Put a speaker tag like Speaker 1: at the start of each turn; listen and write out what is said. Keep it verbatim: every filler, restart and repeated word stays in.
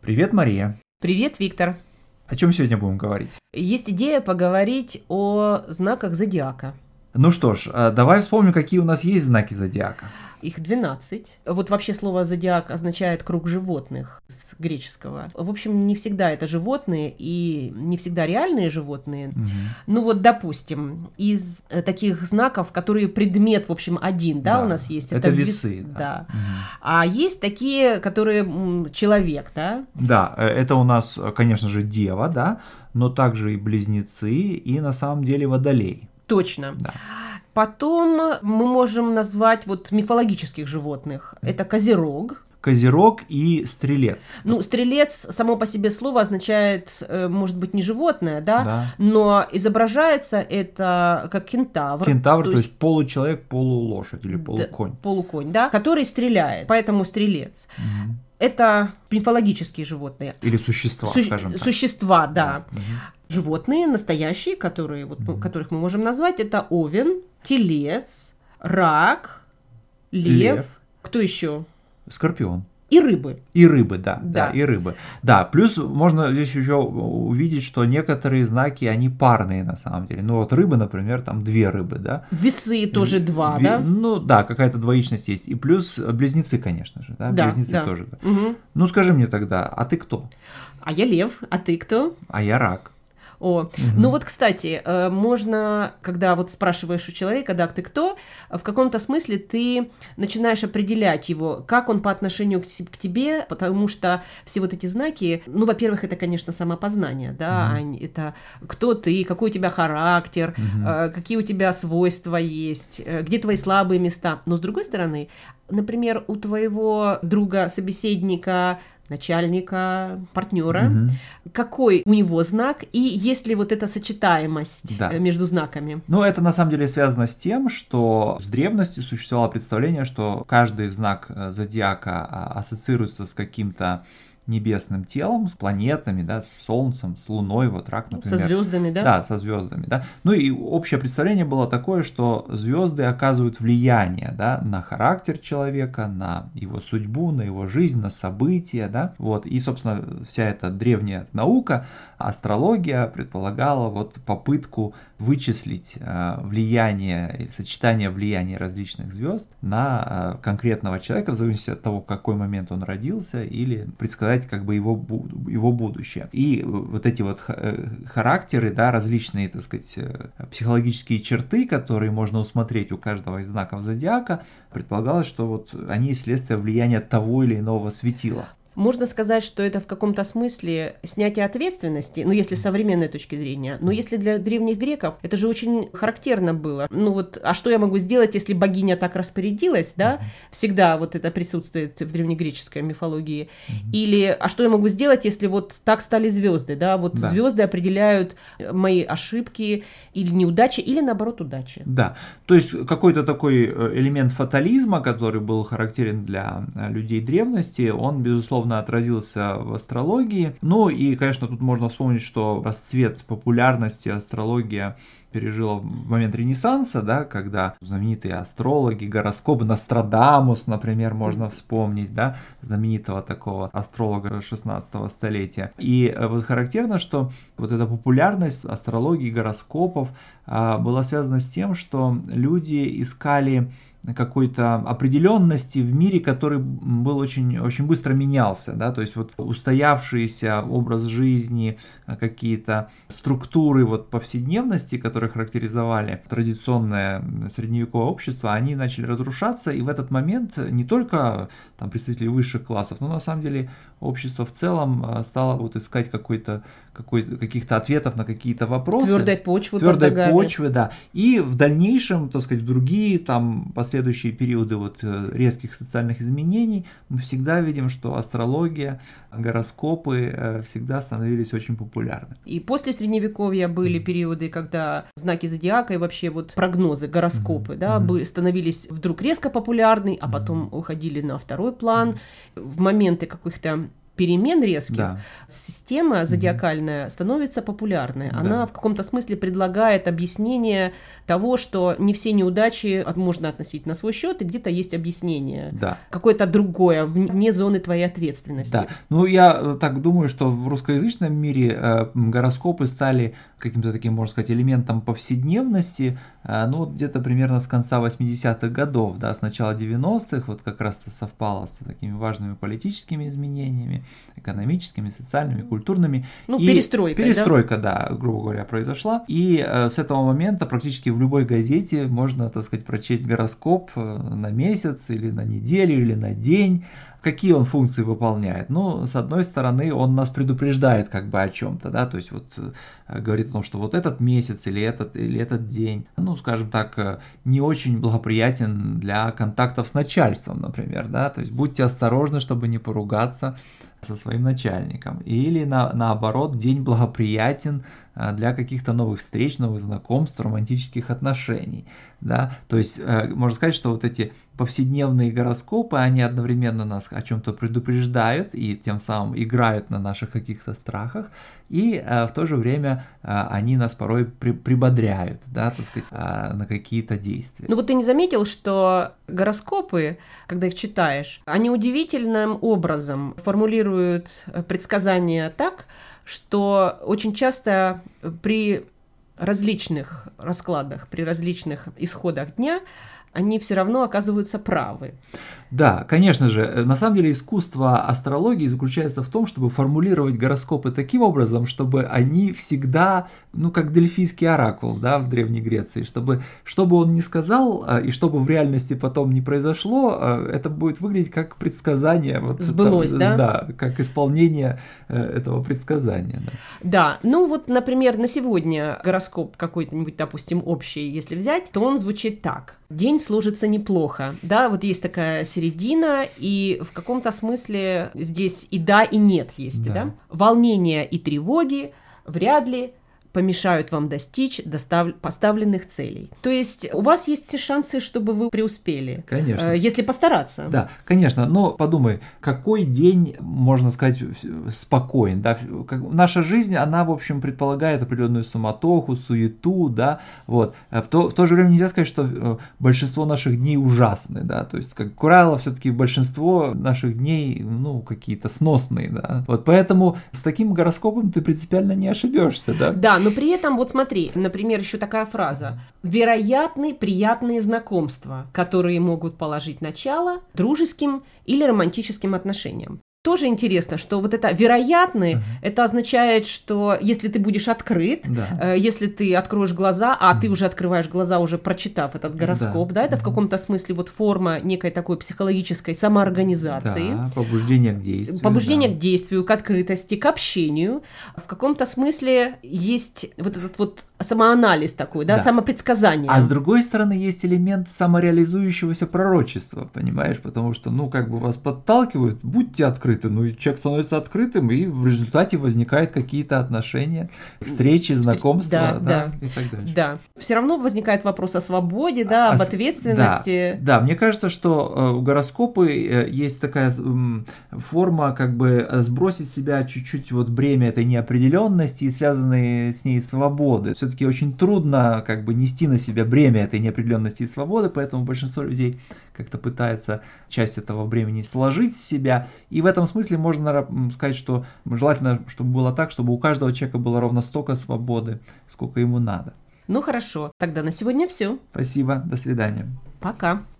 Speaker 1: Привет, Мария.
Speaker 2: Привет, Виктор.
Speaker 1: О чем сегодня будем говорить?
Speaker 2: Есть идея поговорить о знаках зодиака.
Speaker 1: Ну что ж, давай вспомним, какие у нас есть знаки зодиака.
Speaker 2: Их двенадцать. Вот вообще слово «зодиак» означает «круг животных» с греческого. В общем, не всегда это животные и не всегда реальные животные. Угу. Ну вот, допустим, из таких знаков, которые предмет, в общем, один, да, да у нас есть.
Speaker 1: Это, это весы.
Speaker 2: Вес... Да. да. Угу. А есть такие, которые человек, да?
Speaker 1: Да, это у нас, конечно же, дева, да, но также и близнецы, и на самом деле водолей.
Speaker 2: Точно.
Speaker 1: Да.
Speaker 2: Потом мы можем назвать вот мифологических животных. Это козерог.
Speaker 1: Козерог и стрелец.
Speaker 2: Ну, стрелец, само по себе слово означает, может быть, не животное, да, да. но изображается это как кентавр.
Speaker 1: Кентавр, то, то есть, есть получеловек, полулошадь или полуконь.
Speaker 2: Да, полуконь, да, который стреляет, поэтому стрелец. Угу. Это мифологические животные.
Speaker 1: Или существа, Су- скажем так.
Speaker 2: Существа, да.
Speaker 1: да. Угу.
Speaker 2: Животные настоящие, которые, вот,
Speaker 1: угу.
Speaker 2: которых мы можем назвать, это овен, телец, рак, лев.
Speaker 1: лев.
Speaker 2: Кто еще?
Speaker 1: Скорпион.
Speaker 2: И рыбы.
Speaker 1: И рыбы, да,
Speaker 2: да,
Speaker 1: да, и рыбы. Да, плюс можно здесь еще увидеть, что некоторые знаки, они парные на самом деле. Ну вот рыбы, например, там две рыбы, да.
Speaker 2: Весы тоже два,
Speaker 1: Ви-
Speaker 2: да?
Speaker 1: Ну да, какая-то двоичность есть. И плюс близнецы, конечно же, да,
Speaker 2: да
Speaker 1: близнецы
Speaker 2: да.
Speaker 1: тоже. Да.
Speaker 2: Угу.
Speaker 1: Ну скажи мне тогда, а ты кто?
Speaker 2: А я лев, а ты кто?
Speaker 1: А я рак.
Speaker 2: О, угу. Ну вот, кстати, можно, когда вот спрашиваешь у человека, да, ты кто, в каком-то смысле ты начинаешь определять его, как он по отношению к тебе, потому что все вот эти знаки, ну, во-первых, это, конечно, самопознание, да, угу. это кто ты, какой у тебя характер, угу. какие у тебя свойства есть, где твои слабые места. Но с другой стороны, например, у твоего друга, собеседника, начальника, партнера, угу. какой у него знак, и есть ли вот эта сочетаемость да. между знаками?
Speaker 1: Ну, это на самом деле связано с тем, что с древности существовало представление, что каждый знак зодиака ассоциируется с каким-то небесным телом, с планетами, да, с Солнцем, с Луной, вот рак, например.
Speaker 2: Со звездами, да?
Speaker 1: Да, со звездами, да. Ну и общее представление было такое, что звезды оказывают влияние, да, на характер человека, на его судьбу, на его жизнь, на события, да. Вот, и, собственно, вся эта древняя наука, астрология предполагала вот попытку вычислить э, влияние, сочетание влияния различных звезд на э, конкретного человека, в зависимости от того, в какой момент он родился, или предсказать как бы его, его будущее. И вот эти вот характеры, да, различные, так сказать, психологические черты, которые можно усмотреть у каждого из знаков зодиака, предполагалось, что вот они следствие влияния того или иного светила.
Speaker 2: Можно сказать, что это в каком-то смысле снятие ответственности, ну, если с современной точки зрения, но если для древних греков, это же очень характерно было. Ну вот, а что я могу сделать, если богиня так распорядилась, да? Всегда вот это присутствует в древнегреческой мифологии. Или, а что я могу сделать, если вот так стали звезды, да? Вот да. звезды определяют мои ошибки или неудачи, или наоборот удачи.
Speaker 1: Да, то есть какой-то такой элемент фатализма, который был характерен для людей древности, он, безусловно, отразился в астрологии. Ну и, конечно, тут можно вспомнить, что расцвет популярности астрология пережила в момент Ренессанса, да, когда знаменитые астрологи, гороскопы, Нострадамус, например, можно вспомнить, да, знаменитого такого астролога шестнадцатого столетия. И вот характерно, что вот эта популярность астрологии, гороскопов а, была связана с тем, что люди искали какой-то определенности в мире, который был очень, очень быстро менялся, да, то есть вот устоявшийся образ жизни, какие-то структуры вот повседневности, которые характеризовали традиционное средневековое общество, они начали разрушаться, и в этот момент не только там представители высших классов, но на самом деле общество в целом стало вот искать какой-то, какой-то, каких-то ответов на какие-то вопросы.
Speaker 2: Твердой почвы.
Speaker 1: Твердой почвы, да. И в дальнейшем, так сказать, в другие там последующие периоды вот резких социальных изменений мы всегда видим, что астрология, гороскопы всегда становились очень популярны.
Speaker 2: И после Средневековья были mm-hmm. периоды, когда знаки зодиака и вообще вот прогнозы, гороскопы, mm-hmm. да, были, становились вдруг резко популярны, а потом mm-hmm. уходили на второй план. Mm-hmm. В моменты каких-то перемен резких,
Speaker 1: да.
Speaker 2: система зодиакальная mm-hmm. становится популярной.
Speaker 1: Да.
Speaker 2: Она в каком-то смысле предлагает объяснение того, что не все неудачи можно относить на свой счет, и где-то есть объяснение.
Speaker 1: Да.
Speaker 2: Какое-то другое, вне зоны твоей ответственности.
Speaker 1: Да. Ну, я так думаю, что в русскоязычном мире э, гороскопы стали каким-то таким, можно сказать, элементом повседневности, э, ну, где-то примерно с конца восьмидесятых годов, да, с начала девяностых, вот как раз-то совпало с такими важными политическими изменениями, экономическими, социальными, культурными.
Speaker 2: Ну,
Speaker 1: и
Speaker 2: перестройка,
Speaker 1: Перестройка,
Speaker 2: да?
Speaker 1: да, грубо говоря, произошла. И э, с этого момента практически в любой газете можно, так сказать, прочесть гороскоп на месяц или на неделю или на день. Какие он функции выполняет? Ну, с одной стороны, он нас предупреждает как бы о чем-то, да, то есть вот э, говорит о том, что вот этот месяц или этот, или этот день, ну, скажем так, э, не очень благоприятен для контактов с начальством, например, да, то есть будьте осторожны, чтобы не поругаться со своим начальником. Или на, наоборот, день благоприятен для каких-то новых встреч, новых знакомств, романтических отношений, да, то есть э, можно сказать, что вот эти повседневные гороскопы, они одновременно нас о чем-то предупреждают и тем самым играют на наших каких-то страхах, и э, в то же время э, они нас порой при, прибодряют, да, так сказать, э, на какие-то действия.
Speaker 2: Ну вот ты не заметил, что гороскопы, когда их читаешь, они удивительным образом формулируют предсказания так, что очень часто при различных раскладах, при различных исходах дня они все равно оказываются правы.
Speaker 1: Да, конечно же, на самом деле искусство астрологии заключается в том, чтобы формулировать гороскопы таким образом, чтобы они всегда, ну, как дельфийский оракул, да, в Древней Греции, чтобы, что бы он ни сказал, и чтобы в реальности потом не произошло, это будет выглядеть как предсказание. Вот
Speaker 2: Сбылось,
Speaker 1: это,
Speaker 2: да?
Speaker 1: Да, как исполнение этого предсказания. Да.
Speaker 2: Да, ну вот, например, на сегодня гороскоп какой-нибудь, допустим, общий, если взять, то он звучит так. День сложится неплохо, да, вот есть такая середина, и в каком-то смысле здесь и да, и нет есть, да. да? Волнения и тревоги вряд ли помешают вам достичь достав... поставленных целей. То есть у вас есть все шансы, чтобы вы преуспели.
Speaker 1: Конечно.
Speaker 2: Если постараться.
Speaker 1: Да, конечно, но подумай, какой день, можно сказать, спокоен, да, наша жизнь, она, в общем, предполагает определенную суматоху, суету, да, вот, в то, в то же время нельзя сказать, что большинство наших дней ужасны, да, то есть, как правило, все-таки большинство наших дней, ну, какие-то сносные, да, вот, поэтому с таким гороскопом ты принципиально не ошибешься, да.
Speaker 2: Да, но при этом, вот смотри, например, еще такая фраза. Вероятны приятные знакомства, которые могут положить начало дружеским или романтическим отношениям. Тоже интересно, что вот это вероятны, uh-huh. это означает, что если ты будешь открыт,
Speaker 1: да.
Speaker 2: э, если ты откроешь глаза, а uh-huh. ты уже открываешь глаза, уже прочитав этот гороскоп, да, да это uh-huh. в каком-то смысле вот форма некой такой психологической самоорганизации.
Speaker 1: Да, побуждение к действию.
Speaker 2: Побуждение
Speaker 1: да.
Speaker 2: к действию, к открытости, к общению. В каком-то смысле есть вот этот вот самоанализ такой, да, да. самопредсказание.
Speaker 1: А с другой стороны есть элемент самореализующегося пророчества, понимаешь, потому что, ну, как бы вас подталкивают, будьте открыты. Ну и человек становится открытым, и в результате возникают какие-то отношения, встречи, знакомства, да, да,
Speaker 2: да,
Speaker 1: и так далее.
Speaker 2: Да. Все равно возникает вопрос о свободе, да, об
Speaker 1: а,
Speaker 2: ответственности.
Speaker 1: Да, да, мне кажется, что у гороскопы есть такая форма, как бы сбросить с себя чуть-чуть вот бремя этой неопределенности и связанной с ней свободы. Все-таки очень трудно как бы нести на себя бремя этой неопределенности и свободы, поэтому большинство людей как-то пытается часть этого бремени сложить с себя. И в этом смысле можно сказать, что желательно, чтобы было так, чтобы у каждого человека было ровно столько свободы, сколько ему надо.
Speaker 2: Ну хорошо, тогда на сегодня все.
Speaker 1: Спасибо, до свидания.
Speaker 2: Пока.